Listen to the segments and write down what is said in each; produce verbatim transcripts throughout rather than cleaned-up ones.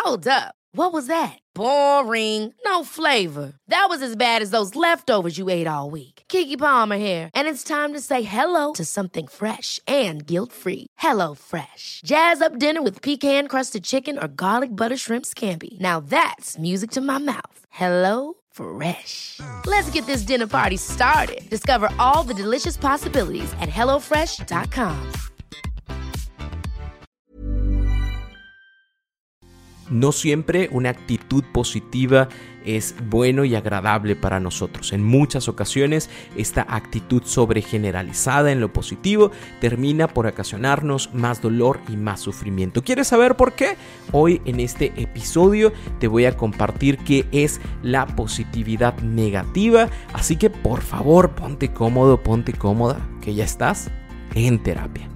Hold up. What was that? Boring. No flavor. That was as bad as those leftovers you ate all week. Keke Palmer here, and it's time to say hello to something fresh and guilt-free. Hello Fresh. Jazz up dinner with pecan-crusted chicken or garlic butter shrimp scampi. Now that's music to my mouth. Hello Fresh. Let's get this dinner party started. Discover all the delicious possibilities at hello fresh dot com. No siempre una actitud positiva es bueno y agradable para nosotros. En muchas ocasiones, esta actitud sobregeneralizada en lo positivo termina por ocasionarnos más dolor y más sufrimiento. ¿Quieres saber por qué? Hoy en este episodio te voy a compartir qué es la positividad negativa. Así que por favor, ponte cómodo, ponte cómoda, que ya estás en terapia.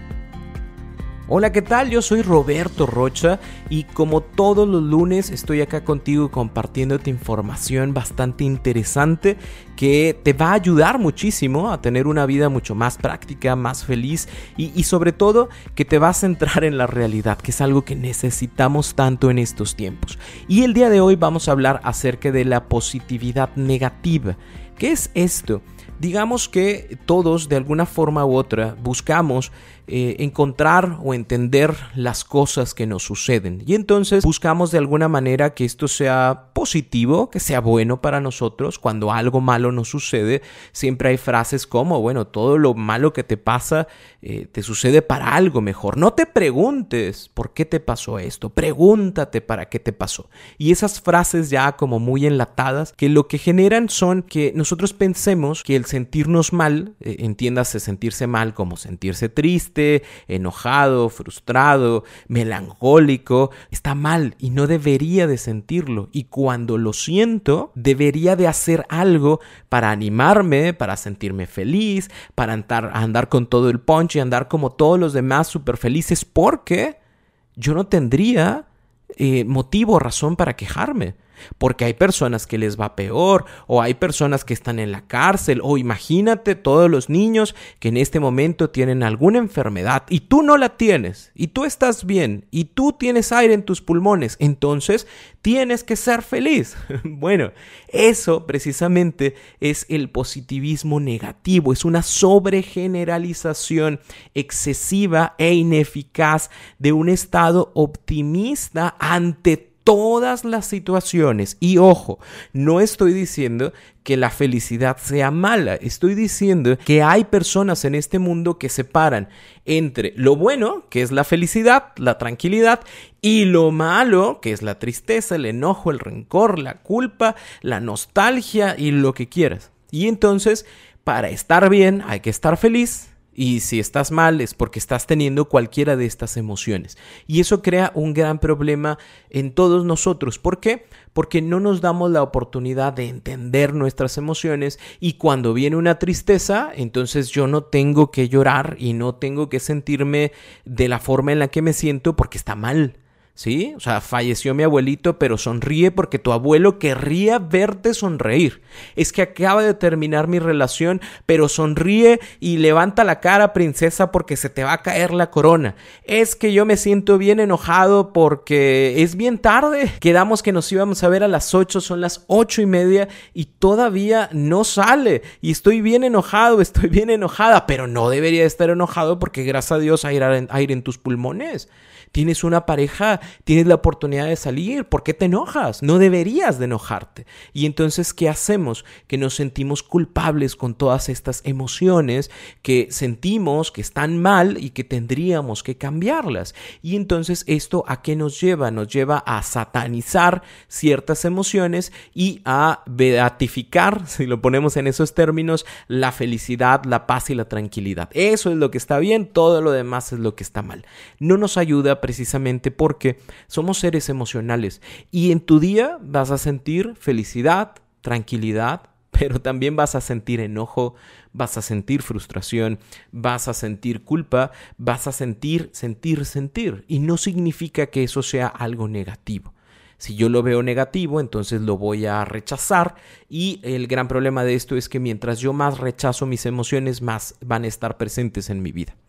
Hola, ¿qué tal? Yo soy Roberto Rocha y como todos los lunes estoy acá contigo compartiéndote información bastante interesante que te va a ayudar muchísimo a tener una vida mucho más práctica, más feliz y, y sobre todo que te va a centrar en la realidad, que es algo que necesitamos tanto en estos tiempos. Y el día de hoy vamos a hablar acerca de la positividad negativa. ¿Qué es esto? Digamos que todos de alguna forma u otra buscamos eh, encontrar o entender las cosas que nos suceden y entonces buscamos de alguna manera que esto sea positivo, que sea bueno para nosotros. Cuando algo malo nos sucede, siempre hay frases como, bueno, todo lo malo que te pasa eh, te sucede para algo mejor. No te preguntes por qué te pasó esto, pregúntate para qué te pasó. Y esas frases ya como muy enlatadas que lo que generan son que nosotros pensemos que el sentirnos mal, eh, entiéndase sentirse mal como sentirse triste, enojado, frustrado, melancólico, está mal y no debería de sentirlo. Y cuando lo siento, debería de hacer algo para animarme, para sentirme feliz, para andar, andar con todo el punch y andar como todos los demás súper felices, porque yo no tendría eh, motivo o razón para quejarme. Porque hay personas que les va peor, o hay personas que están en la cárcel, o imagínate todos los niños que en este momento tienen alguna enfermedad y tú no la tienes, y tú estás bien, y tú tienes aire en tus pulmones, entonces tienes que ser feliz. Bueno, eso precisamente es el positivismo negativo, es una sobregeneralización excesiva e ineficaz de un estado optimista ante todas las situaciones. Y ojo, no estoy diciendo que la felicidad sea mala, estoy diciendo que hay personas en este mundo que separan entre lo bueno, que es la felicidad, la tranquilidad, y lo malo, que es la tristeza, el enojo, el rencor, la culpa, la nostalgia y lo que quieras. Y entonces, para estar bien hay que estar feliz. Y si estás mal es porque estás teniendo cualquiera de estas emociones. Y eso crea un gran problema en todos nosotros. ¿Por qué? Porque no nos damos la oportunidad de entender nuestras emociones y cuando viene una tristeza, entonces yo no tengo que llorar y no tengo que sentirme de la forma en la que me siento porque está mal. ¿Sí? O sea, falleció mi abuelito, pero sonríe porque tu abuelo querría verte sonreír. Es que acaba de terminar mi relación, pero sonríe y levanta la cara, princesa, porque se te va a caer la corona. Es que yo me siento bien enojado porque es bien tarde. Quedamos que nos íbamos a ver a las ocho, son las ocho y media y todavía no sale. Y estoy bien enojado, estoy bien enojada, pero no debería de estar enojado porque gracias a Dios hay aire, aire en tus pulmones. Tienes una pareja, tienes la oportunidad de salir. ¿Por qué te enojas? No deberías de enojarte. Y entonces, ¿qué hacemos? Que nos sentimos culpables con todas estas emociones que sentimos que están mal y que tendríamos que cambiarlas. Y entonces, ¿esto a qué nos lleva? Nos lleva a satanizar ciertas emociones y a beatificar, si lo ponemos en esos términos, la felicidad, la paz y la tranquilidad. Eso es lo que está bien, todo lo demás es lo que está mal. No nos ayuda precisamente porque somos seres emocionales y en tu día vas a sentir felicidad, tranquilidad, pero también vas a sentir enojo, vas a sentir frustración, vas a sentir culpa, vas a sentir, sentir, sentir. Y no significa que eso sea algo negativo. Si yo lo veo negativo, entonces lo voy a rechazar y el gran problema de esto es que mientras yo más rechazo mis emociones, más van a estar presentes en mi vida.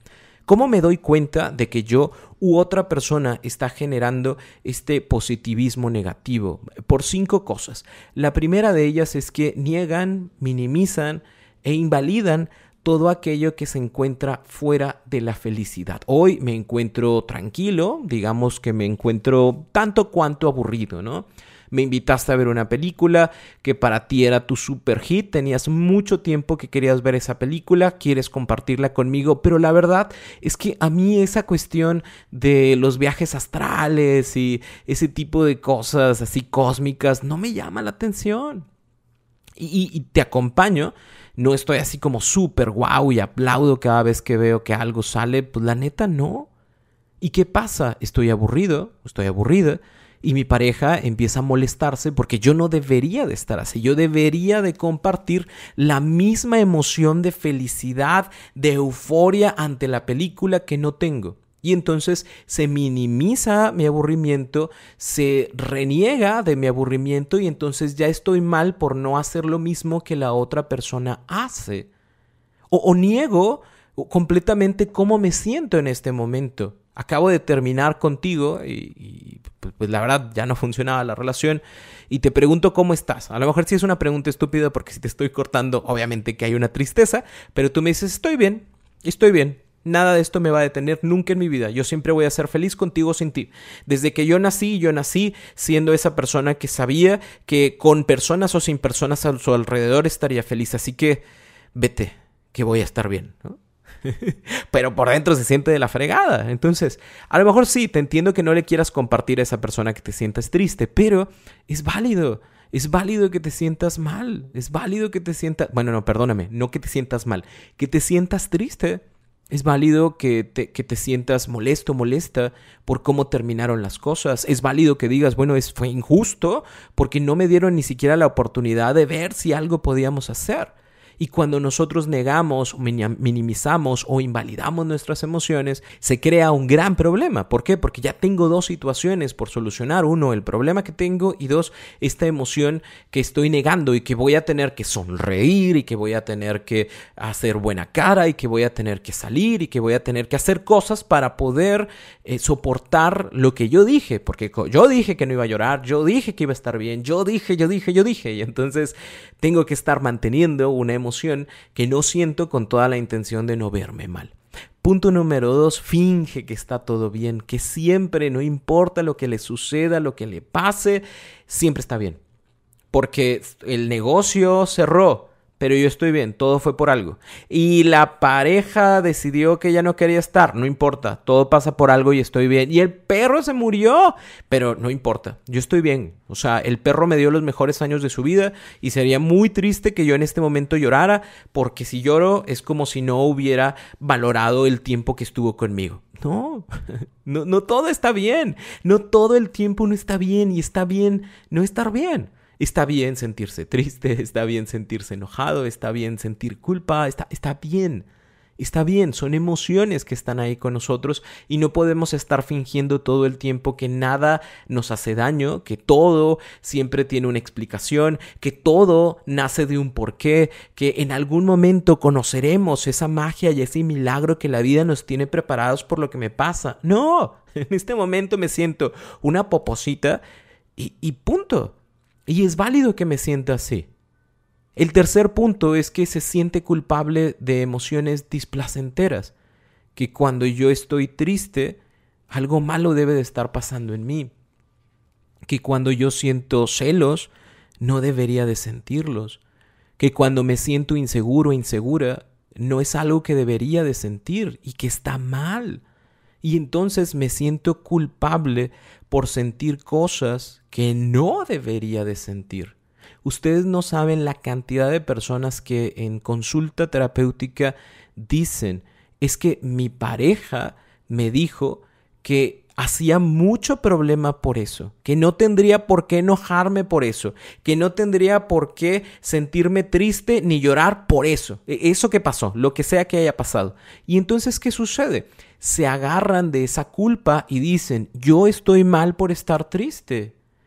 ¿Cómo me doy cuenta de que yo u otra persona está generando este positivismo negativo? Por cinco cosas. La primera de ellas es que niegan, minimizan e invalidan todo aquello que se encuentra fuera de la felicidad. Hoy me encuentro tranquilo, digamos que me encuentro tanto cuanto aburrido, ¿no? Me invitaste a ver una película que para ti era tu super hit, tenías mucho tiempo que querías ver esa película, quieres compartirla conmigo, pero la verdad es que a mí esa cuestión de los viajes astrales y ese tipo de cosas así cósmicas no me llama la atención. Y, y, y te acompaño. No estoy así como súper guau y aplaudo cada vez que veo que algo sale. Pues la neta no. ¿Y qué pasa? Estoy aburrido, estoy aburrida y mi pareja empieza a molestarse porque yo no debería de estar así. Yo debería de compartir la misma emoción de felicidad, de euforia ante la película que no tengo. Y entonces se minimiza mi aburrimiento, se reniega de mi aburrimiento y entonces ya estoy mal por no hacer lo mismo que la otra persona hace. O, o niego completamente cómo me siento en este momento. Acabo de terminar contigo y, y pues, pues la verdad ya no funcionaba la relación y te pregunto cómo estás. A lo mejor sí es una pregunta estúpida porque si te estoy cortando obviamente que hay una tristeza, pero tú me dices estoy bien, estoy bien. Nada de esto me va a detener nunca en mi vida. Yo siempre voy a ser feliz contigo o sin ti. Desde que yo nací, yo nací siendo esa persona que sabía que con personas o sin personas a su alrededor estaría feliz. Así que vete, que voy a estar bien, ¿no? Pero por dentro se siente de la fregada. Entonces, a lo mejor sí, te entiendo que no le quieras compartir a esa persona que te sientas triste, pero es válido. Es válido que te sientas mal. Es válido que te sientas... Bueno, no, perdóname. No que te sientas mal. Que te sientas triste. Es válido que te, que te sientas molesto, molesta por cómo terminaron las cosas. Es válido que digas, bueno, es, fue injusto porque no me dieron ni siquiera la oportunidad de ver si algo podíamos hacer. Y cuando nosotros negamos, minimizamos o invalidamos nuestras emociones, se crea un gran problema. ¿Por qué? Porque ya tengo dos situaciones por solucionar. Uno, el problema que tengo y dos, esta emoción que estoy negando y que voy a tener que sonreír y que voy a tener que hacer buena cara y que voy a tener que salir y que voy a tener que hacer cosas para poder eh, soportar lo que yo dije. Porque yo dije que no iba a llorar, yo dije que iba a estar bien, yo dije, yo dije, yo dije. Y entonces tengo que estar manteniendo una emoción emoción que no siento con toda la intención de no verme mal. Punto número dos, finge que está todo bien, que siempre, no importa lo que le suceda, lo que le pase, siempre está bien. Porque el negocio cerró, pero yo estoy bien, todo fue por algo. Y la pareja decidió que ya no quería estar, no importa, todo pasa por algo y estoy bien. Y el perro se murió, pero no importa, yo estoy bien. O sea, el perro me dio los mejores años de su vida y sería muy triste que yo en este momento llorara, porque si lloro es como si no hubiera valorado el tiempo que estuvo conmigo. No, no, no todo está bien, no todo el tiempo uno está bien y está bien no estar bien. Está bien sentirse triste, está bien sentirse enojado, está bien sentir culpa, está, está bien, está bien, son emociones que están ahí con nosotros y no podemos estar fingiendo todo el tiempo que nada nos hace daño, que todo siempre tiene una explicación, que todo nace de un porqué, que en algún momento conoceremos esa magia y ese milagro que la vida nos tiene preparados por lo que me pasa. No, en este momento me siento una poposita y, y punto. Y es válido que me sienta así. El tercer punto es que se siente culpable de emociones displacenteras. Que cuando yo estoy triste, algo malo debe de estar pasando en mí. Que cuando yo siento celos, no debería de sentirlos. Que cuando me siento inseguro o insegura, no es algo que debería de sentir y que está mal. Y entonces me siento culpable por sentir cosas que no debería de sentir. Ustedes no saben la cantidad de personas que en consulta terapéutica dicen, es que mi pareja me dijo que hacía mucho problema por eso, que no tendría por qué enojarme por eso, que no tendría por qué sentirme triste ni llorar por eso, eso que pasó, lo que sea que haya pasado. Y entonces, ¿qué sucede? Se agarran de esa culpa y dicen, yo estoy mal por estar triste.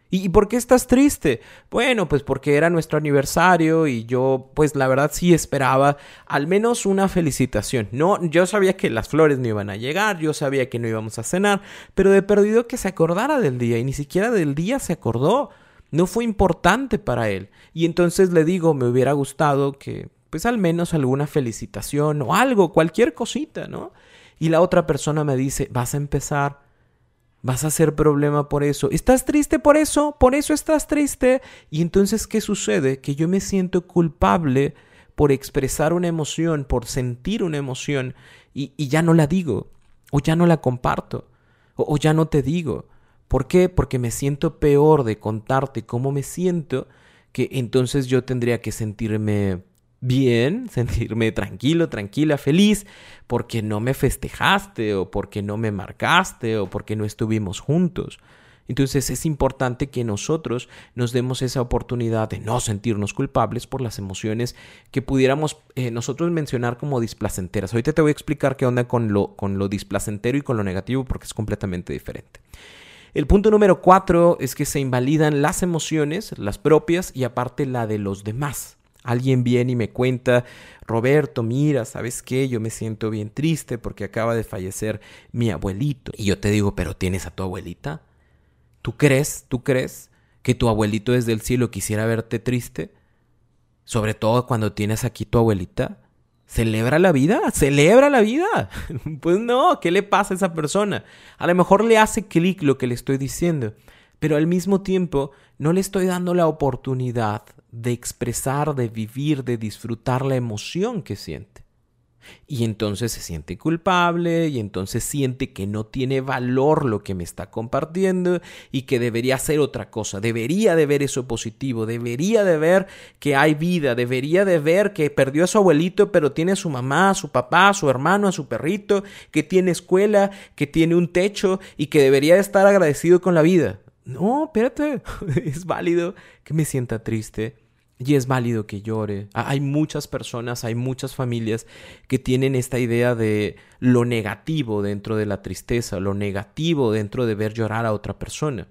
¿Y por qué estás triste? Bueno, pues porque era nuestro aniversario y yo, pues la verdad sí esperaba al menos una felicitación. No, yo sabía que las flores no iban a llegar, yo sabía que no íbamos a cenar, pero de perdido que se acordara del día y ni siquiera del día se acordó. No fue importante para él. Y entonces le digo, me hubiera gustado que, pues al menos alguna felicitación o algo, cualquier cosita, ¿no? Y la otra persona me dice, vas a empezar... Vas a hacer problema por eso. ¿Estás triste por eso? ¿Por eso estás triste? Y entonces, ¿qué sucede? Que yo me siento culpable por expresar una emoción, por sentir una emoción y, y ya no la digo, o ya no la comparto, o, o ya no te digo. ¿Por qué? Porque me siento peor de contarte cómo me siento, que entonces yo tendría que sentirme bien, sentirme tranquilo, tranquila, feliz, porque no me festejaste o porque no me marcaste o porque no estuvimos juntos. Entonces es importante que nosotros nos demos esa oportunidad de no sentirnos culpables por las emociones que pudiéramos eh, nosotros mencionar como displacenteras. Ahorita te voy a explicar qué onda con lo, con lo displacentero y con lo negativo porque es completamente diferente. El punto número cuatro es que se invalidan las emociones, las propias y aparte la de los demás. Alguien viene y me cuenta, Roberto, mira, ¿sabes qué? Yo me siento bien triste porque acaba de fallecer mi abuelito. Y yo te digo, ¿pero tienes a tu abuelita? ¿Tú crees, tú crees que tu abuelito desde el cielo quisiera verte triste? Sobre todo cuando tienes aquí tu abuelita. ¿Celebra la vida? ¿Celebra la vida? Pues no, ¿qué le pasa a esa persona? A lo mejor le hace clic lo que le estoy diciendo, pero al mismo tiempo no le estoy dando la oportunidad de expresar, de vivir, de disfrutar la emoción que siente. Y entonces se siente culpable y entonces siente que no tiene valor lo que me está compartiendo y que debería hacer otra cosa. Debería de ver eso positivo, debería de ver que hay vida, debería de ver que perdió a su abuelito pero tiene a su mamá, a su papá, a su hermano, a su perrito, que tiene escuela, que tiene un techo y que debería de estar agradecido con la vida. No, espérate, es válido que me sienta triste y es válido que llore. Hay muchas personas, hay muchas familias que tienen esta idea de lo negativo dentro de la tristeza, lo negativo dentro de ver llorar a otra persona.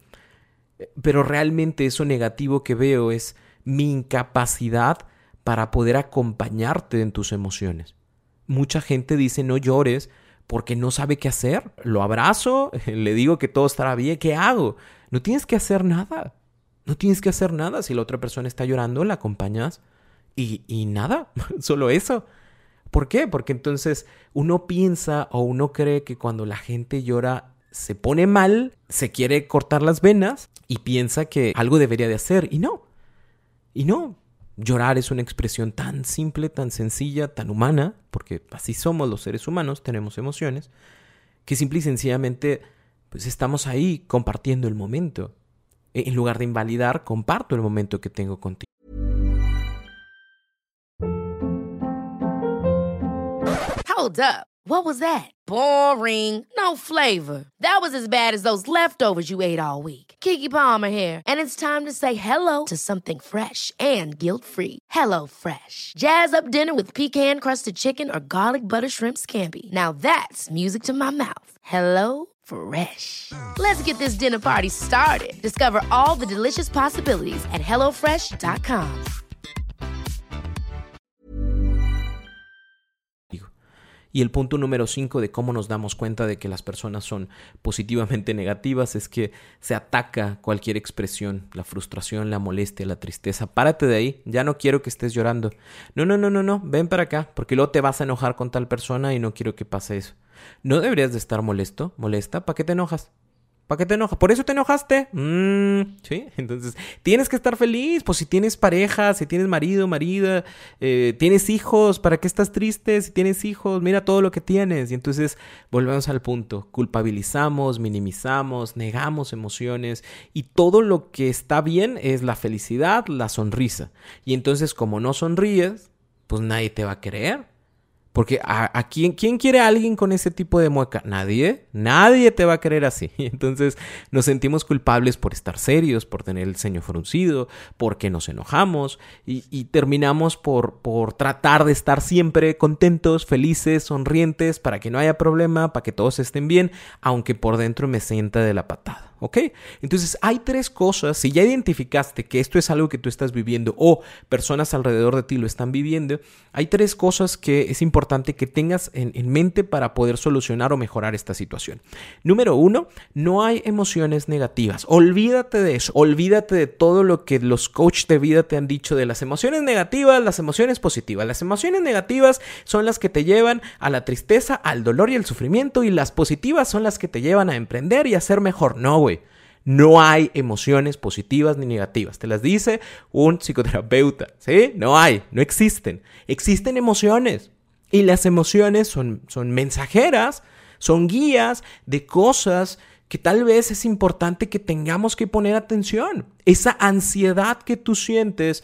Pero realmente eso negativo que veo es mi incapacidad para poder acompañarte en tus emociones. Mucha gente dice no llores porque no sabe qué hacer. Lo abrazo, le digo que todo estará bien, ¿qué hago? No tienes que hacer nada. No tienes que hacer nada. Si la otra persona está llorando, la acompañas y, y nada, solo eso. ¿Por qué? Porque entonces uno piensa o uno cree que cuando la gente llora se pone mal, se quiere cortar las venas y piensa que algo debería de hacer. Y no. Y no. Llorar es una expresión tan simple, tan sencilla, tan humana, porque así somos los seres humanos, tenemos emociones, que simple y sencillamente pues estamos ahí compartiendo el momento. En lugar de invalidar, comparto el momento que tengo contigo. Hold up. What was that? Boring. No flavor. That was as bad as those leftovers you ate all week. Keke Palmer here, and it's time to say hello to something fresh and guilt-free. Hello Fresh. Jazz up dinner with pecan-crusted chicken or garlic butter shrimp scampi. Now that's music to my mouth. Hello Fresh. Let's get this dinner party started. Discover all the delicious possibilities at hello fresh dot com. Y el punto número cinco de cómo nos damos cuenta de que las personas son positivamente negativas es que se ataca cualquier expresión, la frustración, la molestia, la tristeza. Párate de ahí, ya no quiero que estés llorando. No, no, no, no, no, ven para acá, porque luego te vas a enojar con tal persona y no quiero que pase eso. No deberías de estar molesto, molesta, ¿para qué te enojas? ¿Para qué te enojas? ¿Por eso te enojaste? Mm, ¿sí? Entonces, tienes que estar feliz. Pues si tienes pareja, si tienes marido, marida, eh, tienes hijos, ¿para qué estás triste? Si tienes hijos, mira todo lo que tienes. Y entonces, volvemos al punto. Culpabilizamos, minimizamos, negamos emociones. Y todo lo que está bien es la felicidad, la sonrisa. Y entonces, como no sonríes, pues nadie te va a querer. Porque a, a quién, ¿quién quiere a alguien con ese tipo de mueca? Nadie. Nadie te va a querer así. Y entonces nos sentimos culpables por estar serios, por tener el ceño fruncido, porque nos enojamos y, y terminamos por, por tratar de estar siempre contentos, felices, sonrientes, para que no haya problema, para que todos estén bien, aunque por dentro me sienta de la patada. ¿ok? Entonces hay tres cosas, si ya identificaste que esto es algo que tú estás viviendo o personas alrededor de ti lo están viviendo, hay tres cosas que es importante que tengas en, en mente para poder solucionar o mejorar esta situación. Número uno, no hay emociones negativas. Olvídate de eso, olvídate de todo lo que los coaches de vida te han dicho de las emociones negativas, las emociones positivas. Las emociones negativas son las que te llevan a la tristeza, al dolor y al sufrimiento, y las positivas son las que te llevan a emprender y a ser mejor. No, güey. No hay emociones positivas ni negativas. Te las dice un psicoterapeuta, ¿sí? No hay, no existen. Existen emociones. Y las emociones son, son mensajeras, son guías de cosas que tal vez es importante que tengamos que poner atención. Esa ansiedad que tú sientes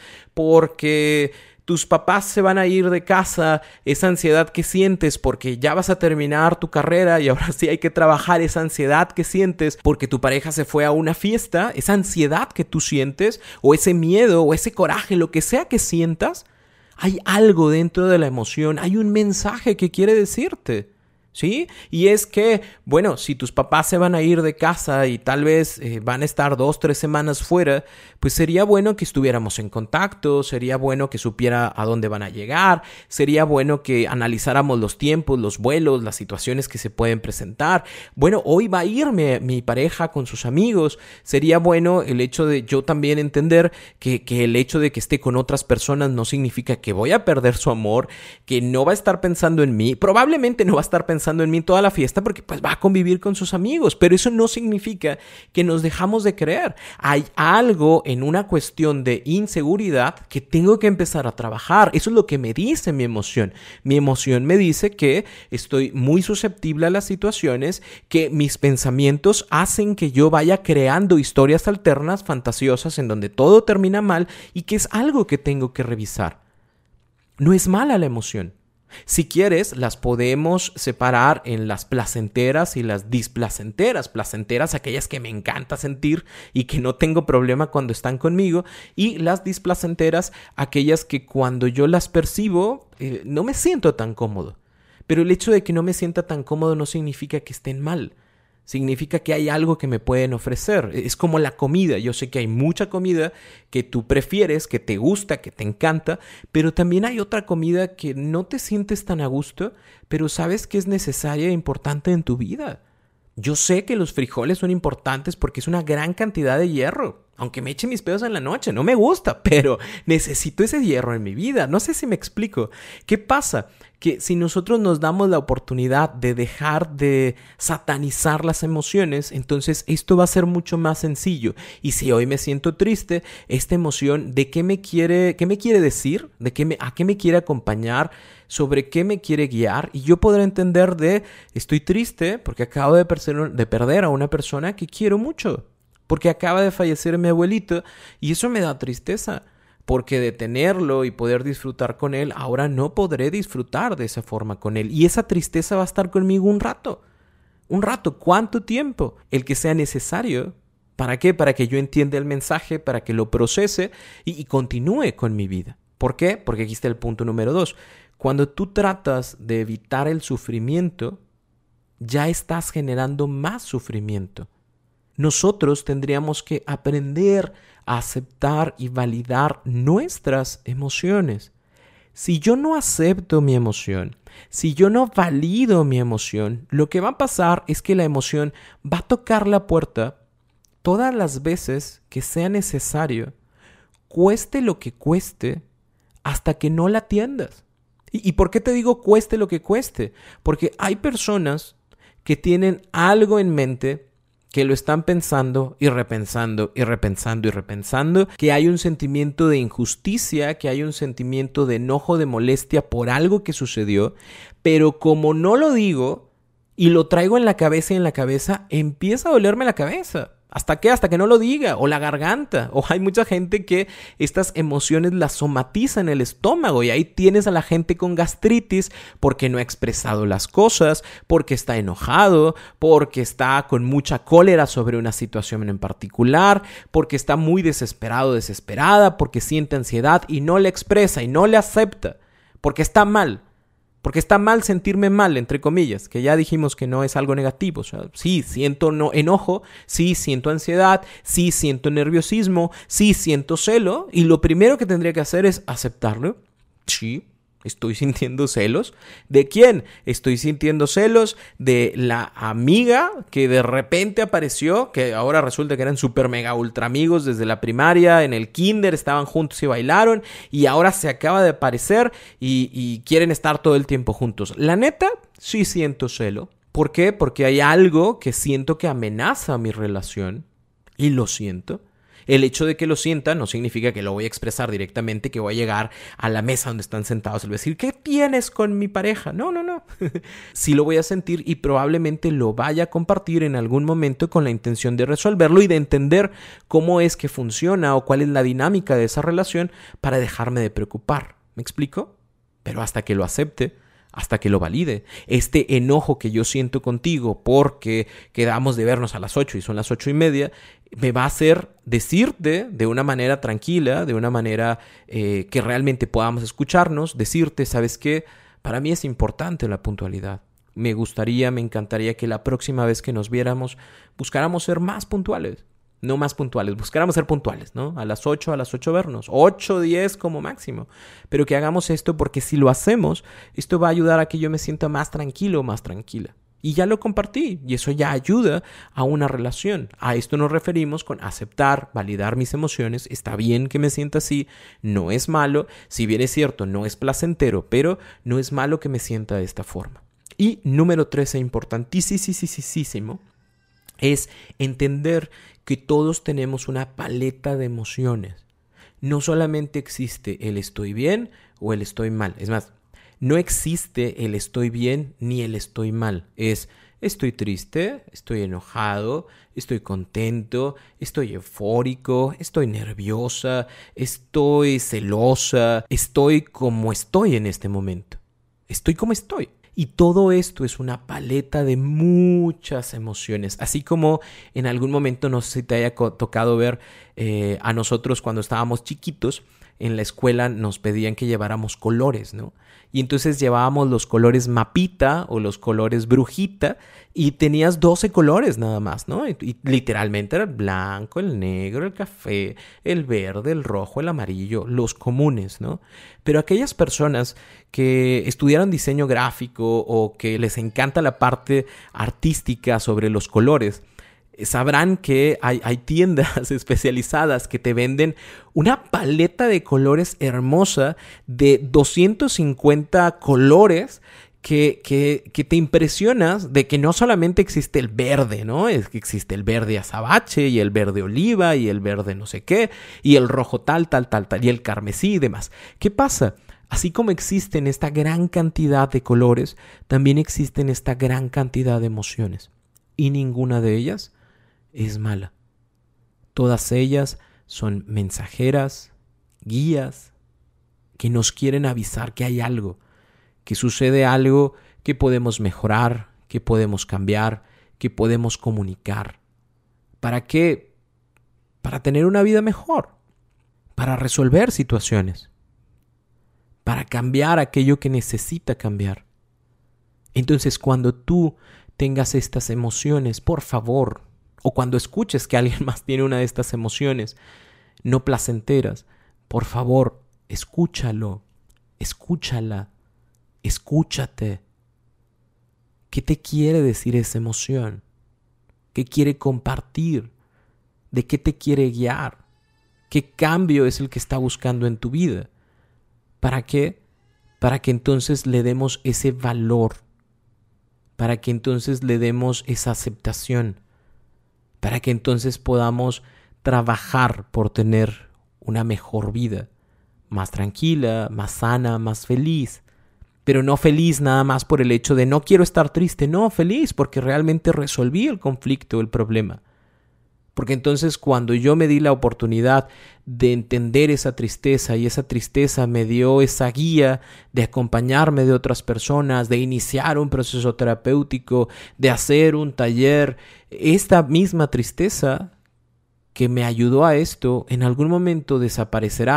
porque tus papás se van a ir de casa, esa ansiedad que sientes porque ya vas a terminar tu carrera y ahora sí hay que trabajar, esa ansiedad que sientes porque tu pareja se fue a una fiesta, esa ansiedad que tú sientes, o ese miedo, o ese coraje, lo que sea que sientas, hay algo dentro de la emoción, hay un mensaje que quiere decirte. ¿Sí? Y es que, bueno, si tus papás se van a ir de casa y tal vez eh, van a estar dos, tres semanas fuera, pues sería bueno que estuviéramos en contacto, sería bueno que supiera a dónde van a llegar, sería bueno que analizáramos los tiempos, los vuelos, las situaciones que se pueden presentar. Bueno, hoy va a ir mi, mi pareja con sus amigos, sería bueno el hecho de yo también entender que, que el hecho de que esté con otras personas no significa que voy a perder su amor, que no va a estar pensando en mí, probablemente no va a estar pensando en mí toda la fiesta porque pues va a convivir con sus amigos, pero eso no significa que nos dejamos de creer. Hay algo en una cuestión de inseguridad que tengo que empezar a trabajar. Eso es lo que me dice mi emoción. Mi emoción me dice que estoy muy susceptible a las situaciones, que mis pensamientos hacen que yo vaya creando historias alternas, fantasiosas, en donde todo termina mal y que es algo que tengo que revisar. No es mala la emoción. Si quieres, las podemos separar en las placenteras y las displacenteras. Placenteras, aquellas que me encanta sentir y que no tengo problema cuando están conmigo. Y las displacenteras, aquellas que cuando yo las percibo, eh, no me siento tan cómodo. Pero el hecho de que no me sienta tan cómodo no significa que estén mal. Significa que hay algo que me pueden ofrecer. Es como la comida. Yo sé que hay mucha comida que tú prefieres, que te gusta, que te encanta, pero también hay otra comida que no te sientes tan a gusto, pero sabes que es necesaria e importante en tu vida. Yo sé que los frijoles son importantes porque es una gran cantidad de hierro. Aunque me eche mis pedos en la noche, no me gusta, pero necesito ese hierro en mi vida. No sé si me explico. ¿Qué pasa? Que si nosotros nos damos la oportunidad de dejar de satanizar las emociones, entonces esto va a ser mucho más sencillo. Y si hoy me siento triste, esta emoción, ¿de qué me quiere, qué me quiere decir? ¿De qué me, a qué me quiere acompañar? ¿Sobre qué me quiere guiar? Y yo podré entender de, estoy triste porque acabo de perder, de perder a una persona que quiero mucho. Porque acaba de fallecer mi abuelito y eso me da tristeza. Porque de tenerlo y poder disfrutar con él, ahora no podré disfrutar de esa forma con él. Y esa tristeza va a estar conmigo un rato. Un rato. ¿Cuánto tiempo? El que sea necesario. ¿Para qué? Para que yo entienda el mensaje, para que lo procese y, y continúe con mi vida. ¿Por qué? Porque aquí está el punto número dos. Cuando tú tratas de evitar el sufrimiento, ya estás generando más sufrimiento. Nosotros tendríamos que aprender a aceptar y validar nuestras emociones. Si yo no acepto mi emoción, si yo no valido mi emoción, lo que va a pasar es que la emoción va a tocar la puerta todas las veces que sea necesario, cueste lo que cueste, hasta que no la atiendas. ¿Y, y por qué te digo cueste lo que cueste? Porque hay personas que tienen algo en mente que lo están pensando y repensando y repensando y repensando, que hay un sentimiento de injusticia, que hay un sentimiento de enojo, de molestia por algo que sucedió, pero como no lo digo y lo traigo en la cabeza y en la cabeza, empieza a dolerme la cabeza. ¿Hasta qué? Hasta que no lo diga, o la garganta, o hay mucha gente que estas emociones las somatiza en el estómago y ahí tienes a la gente con gastritis porque no ha expresado las cosas, porque está enojado, porque está con mucha cólera sobre una situación en particular, porque está muy desesperado, desesperada, porque siente ansiedad y no la expresa y no la acepta, porque está mal. Porque está mal sentirme mal, entre comillas, que ya dijimos que no es algo negativo. O sea, sí, siento no, enojo, sí, siento ansiedad, sí, siento nerviosismo, sí, siento celo. Y lo primero que tendría que hacer es aceptarlo. Sí, estoy sintiendo celos. ¿De quién? Estoy sintiendo celos de la amiga que de repente apareció, que ahora resulta que eran super mega ultra amigos desde la primaria, en el kinder estaban juntos y bailaron, y ahora se acaba de aparecer y, y quieren estar todo el tiempo juntos. La neta, sí siento celo. ¿Por qué? Porque hay algo que siento que amenaza mi relación, y lo siento. El hecho de que lo sienta no significa que lo voy a expresar directamente, que voy a llegar a la mesa donde están sentados y le voy a decir, ¿qué tienes con mi pareja? No, no, no. Sí lo voy a sentir y probablemente lo vaya a compartir en algún momento con la intención de resolverlo y de entender cómo es que funciona o cuál es la dinámica de esa relación para dejarme de preocupar. ¿Me explico? Pero hasta que lo acepte, hasta que lo valide. Este enojo que yo siento contigo porque quedamos de vernos a las ocho y son las ocho y media, me va a hacer decirte de una manera tranquila, de una manera eh, que realmente podamos escucharnos, decirte, ¿sabes qué? Para mí es importante la puntualidad. Me gustaría, me encantaría que la próxima vez que nos viéramos buscáramos ser más puntuales. No más puntuales, buscáramos ser puntuales, ¿no? A las ocho, a las ocho vernos, ocho, diez como máximo. Pero que hagamos esto porque si lo hacemos, esto va a ayudar a que yo me sienta más tranquilo o más tranquila. Y ya lo compartí y eso ya ayuda a una relación. A esto nos referimos con aceptar, validar mis emociones. Está bien que me sienta así, no es malo. Si bien es cierto, no es placentero, pero no es malo que me sienta de esta forma. Y número trece, importantísimo, es entender que todos tenemos una paleta de emociones. No solamente existe el estoy bien o el estoy mal. Es más, no existe el estoy bien ni el estoy mal. Es estoy triste, estoy enojado, estoy contento, estoy eufórico, estoy nerviosa, estoy celosa, estoy como estoy en este momento. Estoy como estoy. Y todo esto es una paleta de muchas emociones. Así como en algún momento, no sé si te haya tocado ver eh, a nosotros cuando estábamos chiquitos, en la escuela nos pedían que lleváramos colores, ¿no? Y entonces llevábamos los colores mapita o los colores brujita y tenías doce colores nada más, ¿no? Y, y literalmente era el blanco, el negro, el café, el verde, el rojo, el amarillo, los comunes, ¿no? Pero aquellas personas que estudiaron diseño gráfico o que les encanta la parte artística sobre los colores, sabrán que hay, hay tiendas especializadas que te venden una paleta de colores hermosa de doscientos cincuenta colores que, que, que te impresionas de que no solamente existe el verde, ¿no? Es que existe el verde azabache y el verde oliva y el verde no sé qué y el rojo tal, tal, tal, tal y el carmesí y demás. ¿Qué pasa? Así como existen esta gran cantidad de colores, también existen esta gran cantidad de emociones y ninguna de ellas es mala. Todas ellas son mensajeras, guías, que nos quieren avisar que hay algo, que sucede algo que podemos mejorar, que podemos cambiar, que podemos comunicar. ¿Para qué? Para tener una vida mejor, para resolver situaciones, para cambiar aquello que necesita cambiar. Entonces, cuando tú tengas estas emociones, por favor, o cuando escuches que alguien más tiene una de estas emociones no placenteras, por favor, escúchalo, escúchala, escúchate. ¿Qué te quiere decir esa emoción? ¿Qué quiere compartir? ¿De qué te quiere guiar? ¿Qué cambio es el que está buscando en tu vida? ¿Para qué? Para que entonces le demos ese valor, para que entonces le demos esa aceptación, para que entonces podamos trabajar por tener una mejor vida, más tranquila, más sana, más feliz. Pero no feliz nada más por el hecho de no quiero estar triste, no, feliz porque realmente resolví el conflicto, el problema. Porque entonces cuando yo me di la oportunidad de entender esa tristeza y esa tristeza me dio esa guía de acompañarme de otras personas, de iniciar un proceso terapéutico, de hacer un taller, esta misma tristeza que me ayudó a esto en algún momento desaparecerá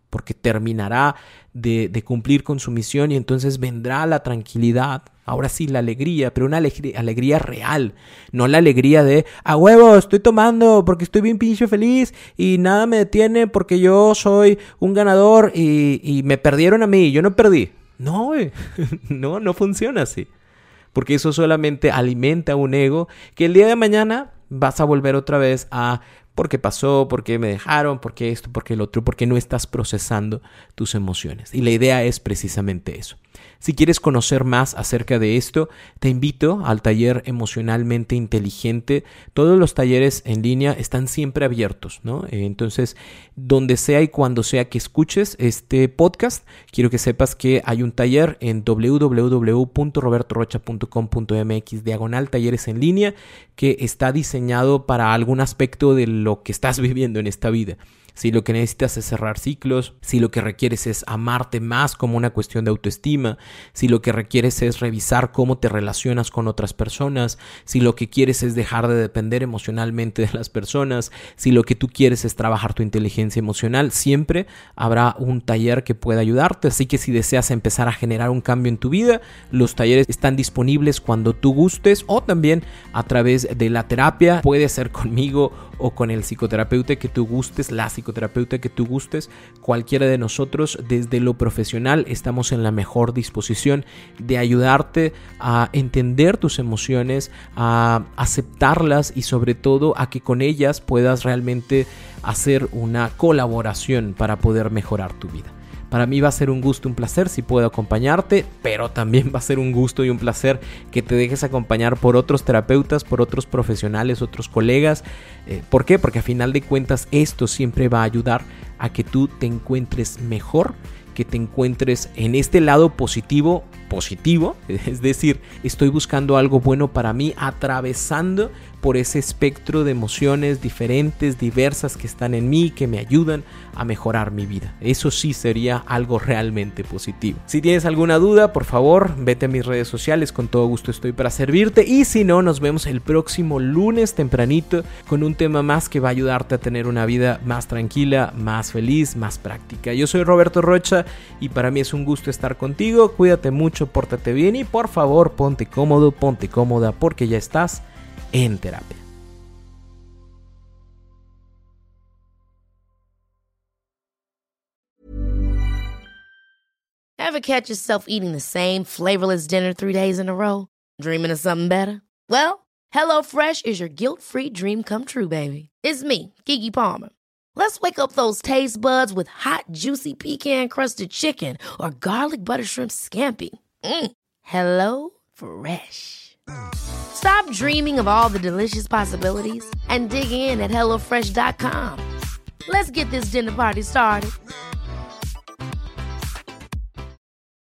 porque terminará de, de cumplir con su misión y entonces vendrá la tranquilidad. Ahora sí, la alegría, pero una alegría, alegría real, no la alegría de, a huevo, estoy tomando porque estoy bien pinche feliz y nada me detiene porque yo soy un ganador y, y me perdieron a mí, yo no perdí. No, güey, no, no funciona así, porque eso solamente alimenta un ego que el día de mañana vas a volver otra vez a por qué pasó, por qué me dejaron, por qué esto, por qué el otro, porque no estás procesando tus emociones. Y la idea es precisamente eso. Si quieres conocer más acerca de esto, te invito al taller Emocionalmente Inteligente. Todos los talleres en línea están siempre abiertos, ¿no? Entonces, donde sea y cuando sea que escuches este podcast, quiero que sepas que hay un taller en w w w punto roberto rocha punto com punto m x diagonal talleres en línea que está diseñado para algún aspecto de lo que estás viviendo en esta vida. Si lo que necesitas es cerrar ciclos, si lo que requieres es amarte más como una cuestión de autoestima, si lo que requieres es revisar cómo te relacionas con otras personas, si lo que quieres es dejar de depender emocionalmente de las personas, si lo que tú quieres es trabajar tu inteligencia emocional, siempre habrá un taller que pueda ayudarte. Así que si deseas empezar a generar un cambio en tu vida, los talleres están disponibles cuando tú gustes o también a través de la terapia. Puede ser conmigo o con el psicoterapeuta que tú gustes, la psicoterapeuta que tú gustes. Cualquiera de nosotros desde lo profesional estamos en la mejor disposición de ayudarte a entender tus emociones, a aceptarlas y sobre todo a que con ellas puedas realmente hacer una colaboración para poder mejorar tu vida. Para mí va a ser un gusto, un placer si puedo acompañarte, pero también va a ser un gusto y un placer que te dejes acompañar por otros terapeutas, por otros profesionales, otros colegas. Eh, ¿Por qué? Porque a final de cuentas esto siempre va a ayudar a que tú te encuentres mejor, que te encuentres en este lado positivo, positivo, es decir, estoy buscando algo bueno para mí, atravesando por ese espectro de emociones diferentes, diversas que están en mí, que me ayudan a mejorar mi vida. Eso sí sería algo realmente positivo. Si tienes alguna duda, por favor, vete a mis redes sociales, con todo gusto estoy para servirte. Y si no, nos vemos el próximo lunes tempranito con un tema más que va a ayudarte a tener una vida más tranquila, más feliz, más práctica. Yo soy Roberto Rocha y para mí es un gusto estar contigo. Cuídate mucho, pórtate bien y por favor ponte cómodo, ponte cómoda porque ya estás en terapia. Ever catch yourself eating the same flavorless dinner three days in a row? Dreaming of something better? Well, HelloFresh is your guilt-free dream come true, baby. It's me, Keke Palmer. Let's wake up those taste buds with hot, juicy pecan-crusted chicken or garlic butter shrimp scampi. Mm. Hello Fresh. Stop dreaming of all the delicious possibilities and dig in at hello fresh dot com. Let's get this dinner party started.